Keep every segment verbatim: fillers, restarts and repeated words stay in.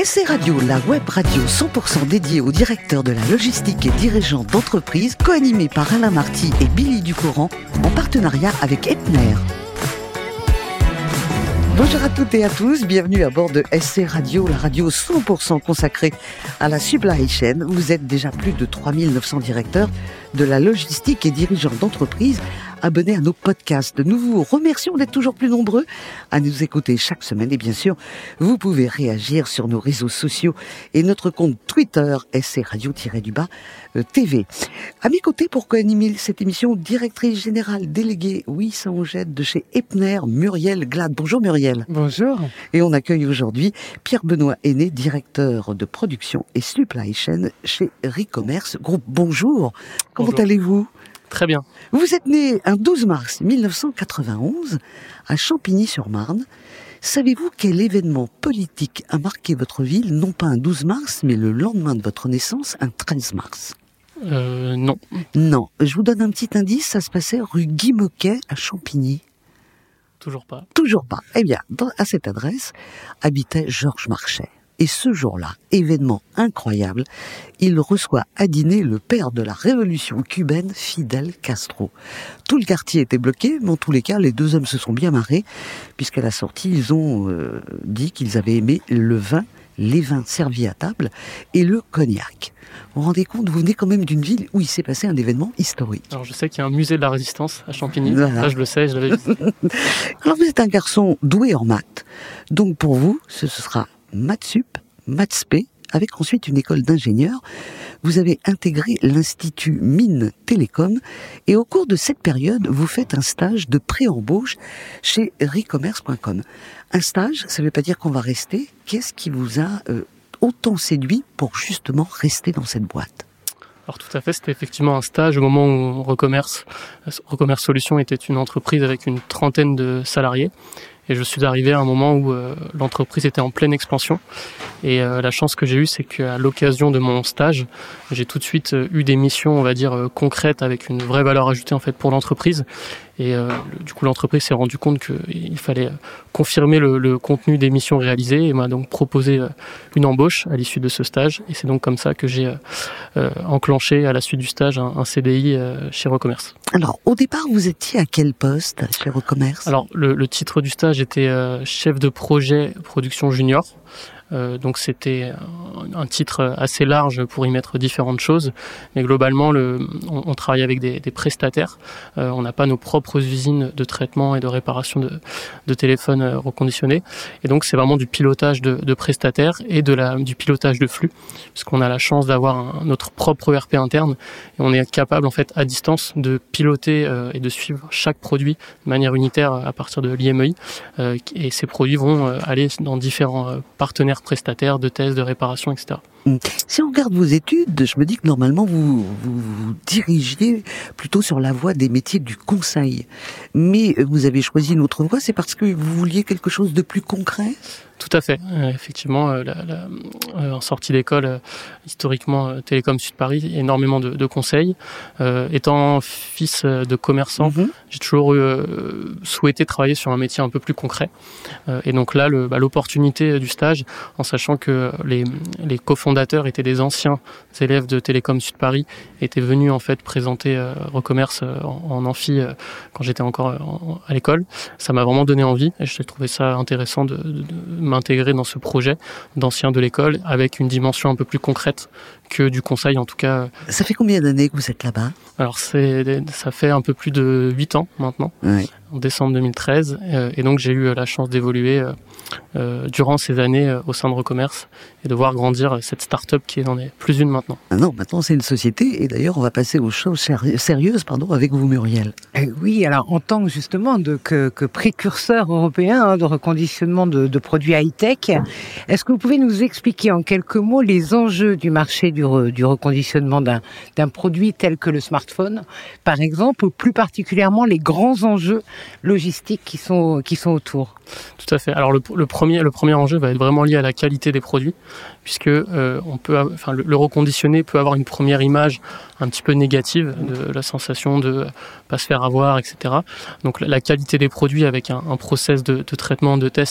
S C Radio, la web radio cent pour cent dédiée aux directeurs de la logistique et dirigeants d'entreprise, co-animée par Alain Marty et Billy Ducourant, en partenariat avec Epner. Bonjour à toutes et à tous, bienvenue à bord de S C Radio, la radio cent pour cent consacrée à la supply chain. Vous êtes déjà plus de trois mille neuf cents directeurs de la logistique et dirigeants d'entreprise abonnés à nos podcasts. Nous vous remercions d'être toujours plus nombreux à nous écouter chaque semaine. Et bien sûr, vous pouvez réagir sur nos réseaux sociaux et notre compte Twitter, S C Radio-du-bas T V. À mes côtés, pour co-animer cette émission, directrice générale déléguée, oui, ça on jette, de chez Epner, Muriel Glad. Bonjour Muriel. Bonjour. Et on accueille aujourd'hui Pierre-Benoît Aîné, directeur de production et supply chain chez Recommerce Group. Bonjour. Comment Bonjour. allez-vous ? Très bien. Vous êtes né un douze mars mille neuf cent quatre-vingt-onze à Champigny-sur-Marne. Savez-vous quel événement politique a marqué votre ville, non pas un douze mars, mais le lendemain de votre naissance, un treize mars ? Euh, non. Non. Je vous donne un petit indice, ça se passait rue Guy Moquet à Champigny. Toujours pas. Toujours pas. Eh bien, dans, à cette adresse, habitait Georges Marchais. Et ce jour-là, événement incroyable, il reçoit à dîner le père de la révolution cubaine, Fidel Castro. Tout le quartier était bloqué, mais en tous les cas, les deux hommes se sont bien marrés, puisqu'à la sortie, ils ont euh, dit qu'ils avaient aimé le vin, les vins servis à table, et le cognac. Vous vous rendez compte, vous venez quand même d'une ville où il s'est passé un événement historique. Alors je sais qu'il y a un musée de la Résistance à Champigny, Voilà. ça je le sais, je l'avais visité. Alors vous êtes un garçon doué en maths, donc pour vous, ce sera maths sup, maths spé, avec ensuite une école d'ingénieur. Vous avez intégré l'Institut Mines Télécom et au cours de cette période, vous faites un stage de pré-embauche chez recommerce point com. Un stage, ça ne veut pas dire qu'on va rester. Qu'est-ce qui vous a euh, autant séduit pour justement rester dans cette boîte ? Alors tout à fait, c'était effectivement un stage au moment où Recommerce, Recommerce Solutions était une entreprise avec une trentaine de salariés. Et je suis arrivé à un moment où euh, l'entreprise était en pleine expansion. Et euh, la chance que j'ai eue, c'est qu'à l'occasion de mon stage, j'ai tout de suite euh, eu des missions, on va dire, euh, concrètes avec une vraie valeur ajoutée en fait pour l'entreprise. Et euh, le, du coup, l'entreprise s'est rendu compte qu'il fallait euh, confirmer le, le contenu des missions réalisées et m'a donc proposé euh, une embauche à l'issue de ce stage. Et c'est donc comme ça que j'ai euh, euh, enclenché à la suite du stage un, un C D I euh, chez Recommerce. Alors, au départ, vous étiez à quel poste chez Recommerce ? Alors, le, le titre du stage était euh, chef de projet production junior. Euh, donc c'était un, un titre assez large pour y mettre différentes choses, mais globalement le, on, on travaille avec des, des prestataires. Euh, on n'a pas nos propres usines de traitement et de réparation de, de téléphones euh, reconditionnés, et donc c'est vraiment du pilotage de, de prestataires et de la, du pilotage de flux, puisqu'on a la chance d'avoir un, notre propre E R P interne et on est capable en fait à distance de piloter euh, et de suivre chaque produit de manière unitaire à partir de l'I M E I, euh, et ces produits vont euh, aller dans différents euh, partenaires prestataires de tests, de réparation, et cetera. Si on regarde vos études, je me dis que normalement vous, vous vous dirigiez plutôt sur la voie des métiers du conseil. Mais vous avez choisi une autre voie, c'est parce que vous vouliez quelque chose de plus concret ? Tout à fait. Euh, effectivement, euh, la, la, euh, en sortie d'école, euh, historiquement, euh, Télécom Sud Paris, énormément de, de conseils. Euh, étant fils euh, de commerçant, mm-hmm. j'ai toujours euh, souhaité travailler sur un métier un peu plus concret. Euh, et donc là, le, bah, l'opportunité du stage, en sachant que les, les cofondateurs étaient des anciens élèves de Télécom Sud Paris, étaient venus en fait présenter euh, Recommerce euh, en, en amphi euh, quand j'étais encore euh, en, à l'école. Ça m'a vraiment donné envie et j'ai trouvé ça intéressant de, de, de m'intégrer dans ce projet d'anciens de l'école avec une dimension un peu plus concrète que du conseil en tout cas. Ça fait combien d'années que vous êtes là-bas ? Alors c'est, ça fait un peu plus de huit ans maintenant, oui. En décembre deux mille treize, euh, et donc j'ai eu la chance d'évoluer euh, euh, durant ces années euh, au sein de Recommerce et de voir grandir cette start-up qui n'en est plus une maintenant. Ah non, maintenant c'est une société et d'ailleurs on va passer aux choses sérieuses pardon, avec vous Muriel. Euh, oui, alors en tant que justement de, que, que précurseur européen hein, de reconditionnement de, de produits high-tech, est-ce que vous pouvez nous expliquer en quelques mots les enjeux du marché du, re, du reconditionnement d'un, d'un produit tel que le smartphone, par exemple, ou plus particulièrement les grands enjeux logistiques qui sont, qui sont autour ? Tout à fait. Alors le, le, premier, le premier enjeu va être vraiment lié à la qualité des produits, puisque euh, on peut, enfin, le, le reconditionné peut avoir une première image un petit peu négative de la sensation de pas se faire avoir, et cetera. Donc la, la qualité des produits avec un, un process de, de traitement, de test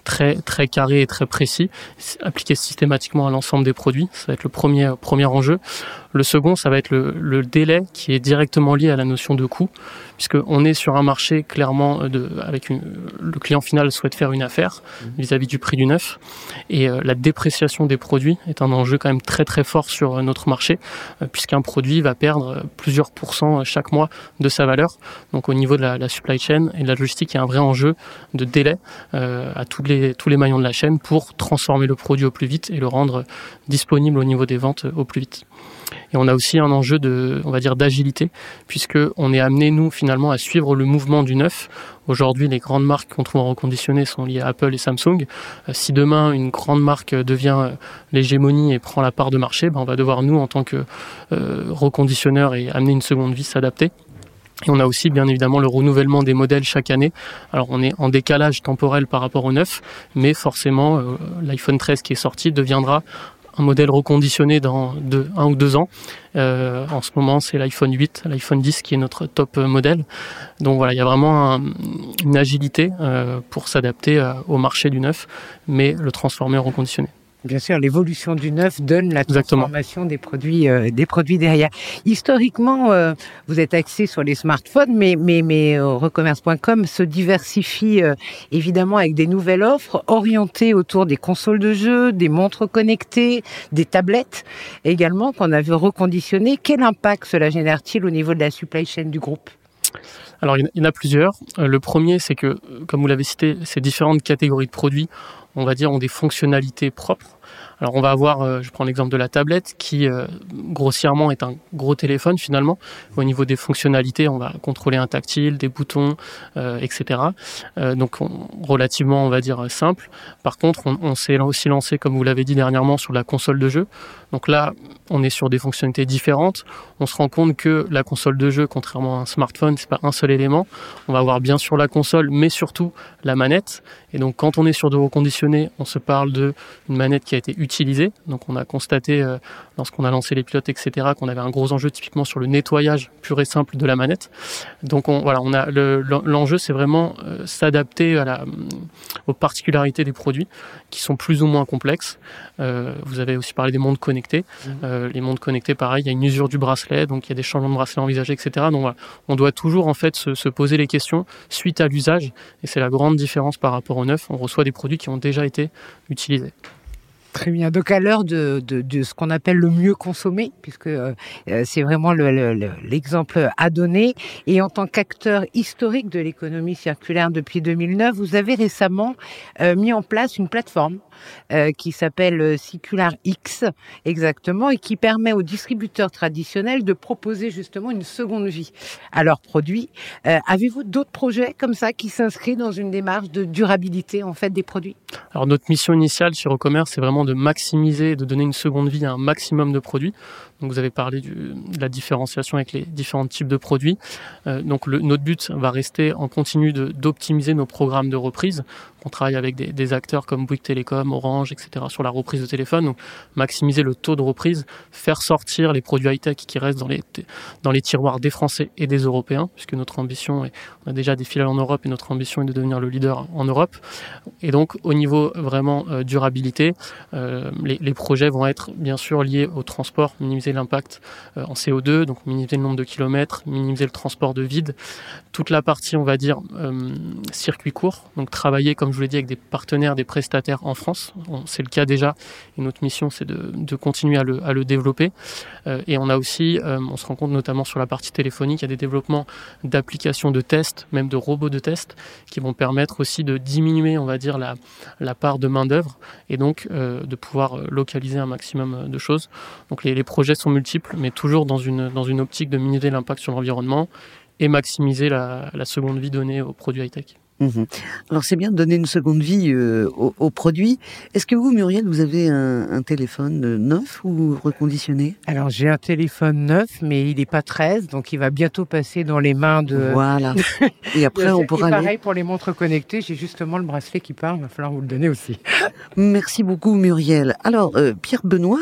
très très carré et très précis, appliqué systématiquement à l'ensemble des produits. Ça va être le premier premier enjeu. Le second, ça va être le, le délai qui est directement lié à la notion de coût, puisqu'on est sur un marché clairement de, avec une, le client final souhaite faire une affaire vis-à-vis du prix du neuf, et euh, la dépréciation des produits est un enjeu quand même très très fort sur euh, notre marché, euh, puisqu'un produit va perdre plusieurs pourcents chaque mois de sa valeur. Donc au niveau de la, la supply chain et de la logistique, il y a un vrai enjeu de délai euh, à tous les, tous les maillons de la chaîne pour transformer le produit au plus vite et le rendre disponible au niveau des ventes au plus vite. Et on a aussi un enjeu de, on va dire, d'agilité, puisque on est amené, nous, finalement, à suivre le mouvement du neuf. Aujourd'hui, les grandes marques qu'on trouve en reconditionné sont liées à Apple et Samsung. Euh, si demain, une grande marque devient euh, l'hégémonie et prend la part de marché, ben, on va devoir, nous, en tant que euh, reconditionneurs et amener une seconde vie, s'adapter. Et on a aussi, bien évidemment, le renouvellement des modèles chaque année. Alors, on est en décalage temporel par rapport au neuf, mais forcément, euh, l'iPhone treize qui est sorti deviendra un modèle reconditionné dans deux, un ou deux ans. Euh, en ce moment, c'est l'iPhone huit, l'iPhone dix qui est notre top modèle. Donc voilà, il y a vraiment un, une agilité euh, pour s'adapter euh, au marché du neuf, mais le transformer en reconditionné. Bien sûr, l'évolution du neuf donne la transformation des produits, euh, des produits derrière. Historiquement, euh, vous êtes axé sur les smartphones, mais mais mais euh, recommerce point com se diversifie euh, évidemment avec des nouvelles offres orientées autour des consoles de jeux, des montres connectées, des tablettes également qu'on a vu reconditionner. Quel impact cela génère-t-il au niveau de la supply chain du groupe ? Alors, il y en a plusieurs. Le premier, c'est que, comme vous l'avez cité, ces différentes catégories de produits, on va dire, ont des fonctionnalités propres. Alors, on va avoir, je prends l'exemple de la tablette, qui euh, grossièrement est un gros téléphone finalement. Au niveau des fonctionnalités, on va contrôler un tactile, des boutons, euh, et cetera. Euh, donc, on, relativement, on va dire, simple. Par contre, on, on s'est aussi lancé, comme vous l'avez dit dernièrement, sur la console de jeu. Donc là, on est sur des fonctionnalités différentes. On se rend compte que la console de jeu, contrairement à un smartphone, c'est pas un seul élément. On va avoir bien sûr la console, mais surtout la manette. Et donc, quand on est sur de reconditionné, on se parle de une manette qui a été utilisée. Donc, on a constaté, euh, lorsqu'on a lancé les pilotes, et cetera, qu'on avait un gros enjeu typiquement sur le nettoyage pur et simple de la manette. Donc, on, voilà, on a le, l'enjeu, c'est vraiment euh, s'adapter à la, aux particularités des produits qui sont plus ou moins complexes. Euh, vous avez aussi parlé des montres connectées. Euh, les montres connectées, pareil, il y a une usure du bracelet, donc il y a des changements de bracelet envisagés, et cetera. Donc voilà, on doit toujours en fait se, se poser les questions suite à l'usage, et c'est la grande différence par rapport au neuf. On reçoit des produits qui ont déjà été utilisés. Très bien. Donc à l'heure de, de, de ce qu'on appelle le mieux consommer, puisque euh, c'est vraiment le, le, le, l'exemple à donner, et en tant qu'acteur historique de l'économie circulaire depuis deux mille neuf, vous avez récemment euh, mis en place une plateforme euh, qui s'appelle Circular X, exactement, et qui permet aux distributeurs traditionnels de proposer justement une seconde vie à leurs produits. Euh, avez-vous d'autres projets comme ça qui s'inscrivent dans une démarche de durabilité en fait des produits ? Alors notre mission initiale chez Recommerce, c'est vraiment de maximiser, de donner une seconde vie à un maximum de produits. Donc vous avez parlé du, de la différenciation avec les différents types de produits. Euh, donc le, notre but va rester en continu de, d'optimiser nos programmes de reprise. On travaille avec des, des acteurs comme Bouygues Télécom, Orange, et cetera sur la reprise de téléphone. Donc maximiser le taux de reprise, faire sortir les produits high-tech qui restent dans les, dans les tiroirs des Français et des Européens, puisque notre ambition est, on a déjà des filiales en Europe et notre ambition est de devenir le leader en Europe. Et donc au niveau vraiment euh, durabilité, euh, les, les projets vont être bien sûr liés au transport, minimiser l'impact euh, en C O deux, donc minimiser le nombre de kilomètres, minimiser le transport de vide. Toute la partie, on va dire, euh, circuit court, donc travailler, comme je vous l'ai dit, avec des partenaires, des prestataires en France. On, c'est le cas déjà, et notre mission, c'est de, de continuer à le, à le développer. Euh, et on a aussi, euh, on se rend compte notamment sur la partie téléphonique, il y a des développements d'applications de tests, même de robots de tests, qui vont permettre aussi de diminuer, on va dire, la, la part de main-d'œuvre, et donc euh, de pouvoir localiser un maximum de choses. Donc les, les projets sont multiples, mais toujours dans une, dans une optique de minimiser l'impact sur l'environnement et maximiser la, la seconde vie donnée aux produits high-tech. Mmh. Alors c'est bien de donner une seconde vie euh, aux, aux produits. Est-ce que vous, Muriel, vous avez un, un téléphone neuf ou reconditionné ? Alors j'ai un téléphone neuf, mais il n'est pas treize, donc il va bientôt passer dans les mains de... Voilà. Et après on pourra aller... aller... pareil pour les montres connectées, j'ai justement le bracelet qui part, il va falloir vous le donner aussi. Merci beaucoup, Muriel. Alors, euh, Pierre Benoît,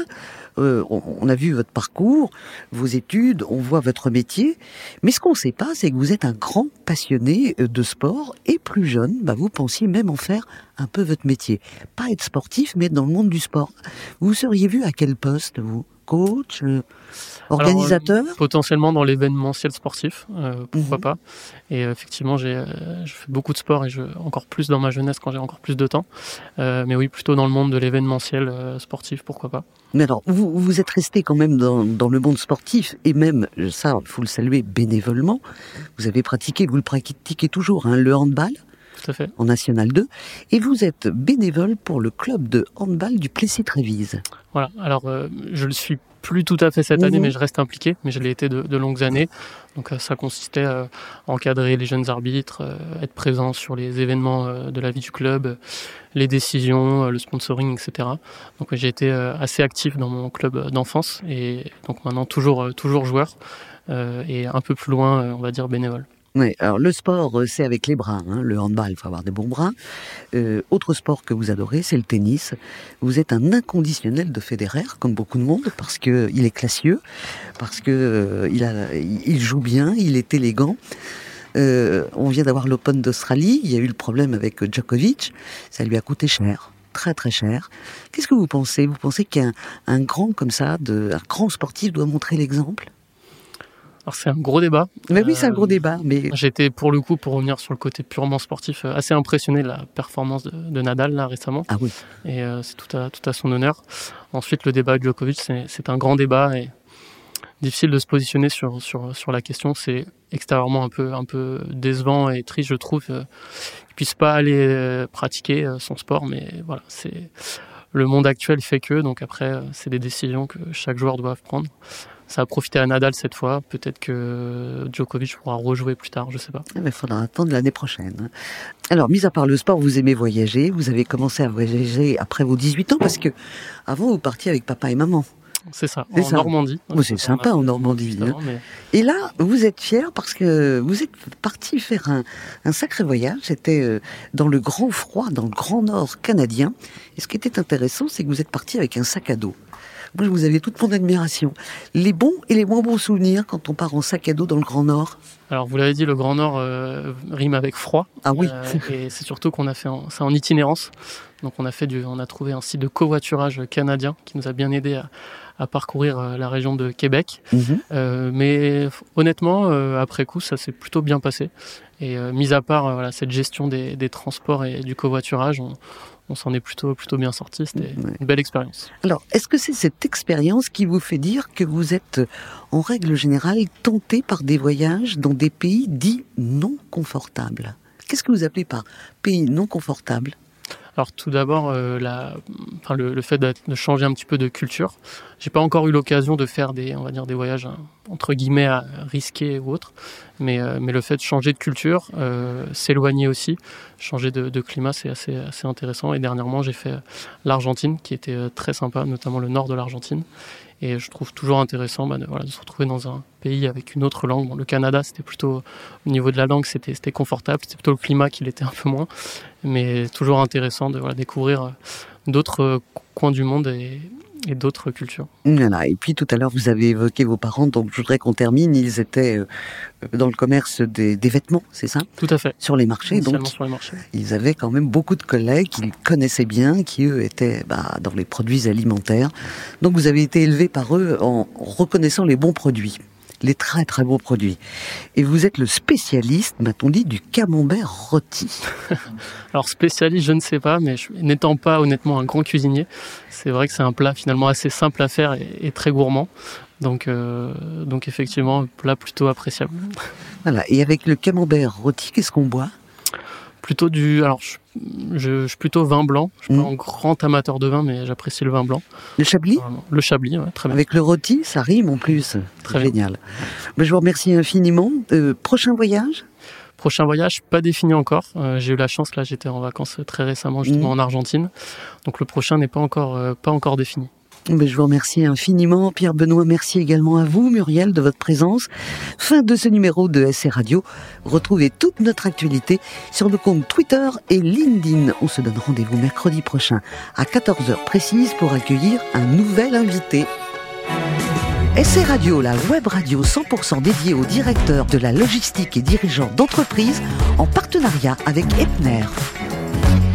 euh, on, on a vu votre parcours, vos études, on voit votre métier, mais ce qu'on ne sait pas, c'est que vous êtes un grand passionné de sport, et plus jeune, bah, vous pensiez même en faire un peu votre métier. Pas être sportif, mais être dans le monde du sport. Vous seriez vu à quel poste, vous ? Coach, euh, organisateur ? Alors, euh, potentiellement dans l'événementiel sportif, euh, pourquoi Mhm. pas. Et euh, effectivement, j'ai, euh, je fais beaucoup de sport et je, encore plus dans ma jeunesse quand j'ai encore plus de temps. Euh, mais oui, plutôt dans le monde de l'événementiel euh, sportif, pourquoi pas. Mais alors, vous, vous êtes resté quand même dans, dans le monde sportif, et même, ça, il faut le saluer, bénévolement. Vous avez pratiqué, vous le pratiquez toujours, hein, le handball Tout à fait. en National deux, et vous êtes bénévole pour le club de handball du Plessis-Trévise. Voilà. Alors, euh, je le suis plus tout à fait cette année, Mhm. mais je reste impliqué. Mais je l'ai été de, de longues années. Donc, euh, ça consistait à encadrer les jeunes arbitres, euh, être présent sur les événements euh, de la vie du club, euh, les décisions, euh, le sponsoring, et cetera. Donc, euh, j'ai été euh, assez actif dans mon club d'enfance et donc maintenant toujours, euh, toujours joueur euh, et un peu plus loin, euh, on va dire bénévole. Oui, alors le sport, euh, c'est avec les bras, hein. Le handball, il faut avoir des bons bras. Euh, autre sport que vous adorez, c'est le tennis. Vous êtes un inconditionnel de Federer, comme beaucoup de monde, parce que il est classieux, parce que euh, il a, il joue bien, il est élégant. Euh, on vient d'avoir l'Open d'Australie, il y a eu le problème avec Djokovic, ça lui a coûté cher. Très très cher. Qu'est-ce que vous pensez ? Vous pensez qu'un un grand comme ça, de, un grand sportif doit montrer l'exemple ? Alors, c'est un gros débat. Mais oui, c'est un Euh, gros débat, mais J'ai été, pour le coup, pour revenir sur le côté purement sportif, euh, assez impressionné de la performance de, de Nadal là, récemment. ah oui. Et euh, c'est tout à, tout à son honneur. Ensuite, le débat avec Djokovic, c'est, c'est un grand débat et difficile de se positionner sur, sur, sur la question. C'est extérieurement un peu, un peu décevant et triste, je trouve, euh, qu'il puisse pas aller euh, pratiquer euh, son sport. Mais voilà, c'est le monde actuel fait que. Donc après, euh, c'est des décisions que chaque joueur doit prendre. Ça a profité à Nadal cette fois. Peut-être que Djokovic pourra rejouer plus tard, je sais pas. Il faudra attendre l'année prochaine. Alors, mis à part le sport, vous aimez voyager. Vous avez commencé à voyager après vos dix-huit ans, parce que avant, vous partiez avec papa et maman. C'est ça, C'est en ça. Normandie. Oh, c'est sympa en Normandie. Hein. Mais... Et là, vous êtes fiers parce que vous êtes parti faire un, un sacré voyage. C'était euh, dans le grand froid, dans le grand nord canadien. Et ce qui était intéressant, c'est que vous êtes parti avec un sac à dos. Moi, vous avez toute mon admiration. Les bons et les moins bons souvenirs quand on part en sac à dos dans le Grand Nord. Alors, vous l'avez dit, le Grand Nord euh, rime avec froid. Ah oui. Euh, et c'est surtout qu'on a fait en, ça en itinérance. Donc, on a fait du, on a trouvé un site de covoiturage canadien qui nous a bien aidé à, à parcourir euh, la région de Québec. Mmh. Euh, mais honnêtement, euh, après coup, ça s'est plutôt bien passé. Et euh, mis à part euh, voilà, cette gestion des, des transports et du covoiturage, on, on s'en est plutôt, plutôt bien sorti. C'était Ouais. une belle expérience. Alors, est-ce que c'est cette expérience qui vous fait dire que vous êtes, en règle générale, tenté par des voyages dans des pays dits non confortables ? Qu'est-ce que vous appelez par pays non confortables ? Alors tout d'abord, euh, la, enfin, le, le fait de, de changer un petit peu de culture. J'ai pas encore eu l'occasion de faire des, on va dire, des voyages hein, entre guillemets à, risqués ou autres, mais, euh, mais le fait de changer de culture, euh, s'éloigner aussi, changer de, de climat, c'est assez, assez intéressant. Et dernièrement, j'ai fait l'Argentine, qui était euh, très sympa, notamment le nord de l'Argentine. Et je trouve toujours intéressant bah, de, voilà, de se retrouver dans un pays avec une autre langue. Bon, le Canada, c'était plutôt, au niveau de la langue, c'était, c'était confortable. C'était plutôt le climat qui l'était un peu moins. Mais toujours intéressant de voilà, découvrir d'autres coins du monde et, et d'autres cultures. Voilà. Et puis tout à l'heure, vous avez évoqué vos parents, donc je voudrais qu'on termine. Ils étaient euh, dans le commerce des, des vêtements, c'est ça ? Tout à fait. Sur les marchés, donc sur les marchés. Ils avaient quand même beaucoup de collègues qu'ils connaissaient bien, qui eux étaient bah, dans les produits alimentaires. Donc vous avez été élevé par eux en reconnaissant les bons produits, les très très bons produits. Et vous êtes le spécialiste, m'a-t-on dit, du camembert rôti. Alors spécialiste, je ne sais pas, mais je, n'étant pas honnêtement un grand cuisinier, c'est vrai que c'est un plat finalement assez simple à faire et, et très gourmand. Donc, euh, donc effectivement, un plat plutôt appréciable. Voilà. Et avec le camembert rôti, qu'est-ce qu'on boit ? Plutôt du, alors je, je, je suis plutôt vin blanc. Je suis Mmh. pas un grand amateur de vin, mais j'apprécie le vin blanc. Le chablis ? Vraiment. Le chablis, ouais, très bien. Avec le rôti, ça rime en plus. Très C'est génial. Mais je vous remercie infiniment. Euh, prochain voyage ? Prochain voyage, pas défini encore. Euh, j'ai eu la chance, là, j'étais en vacances très récemment, justement Mmh. en Argentine. Donc le prochain n'est pas encore, euh, pas encore défini. Mais je vous remercie infiniment. Pierre Benoît, merci également à vous, Muriel, de votre présence. Fin de ce numéro de S R Radio. Retrouvez toute notre actualité sur nos comptes Twitter et LinkedIn. On se donne rendez-vous mercredi prochain à quatorze heures précises pour accueillir un nouvel invité. S C Radio, la web radio cent pour cent dédiée aux directeurs de la logistique et dirigeants d'entreprise en partenariat avec Epner.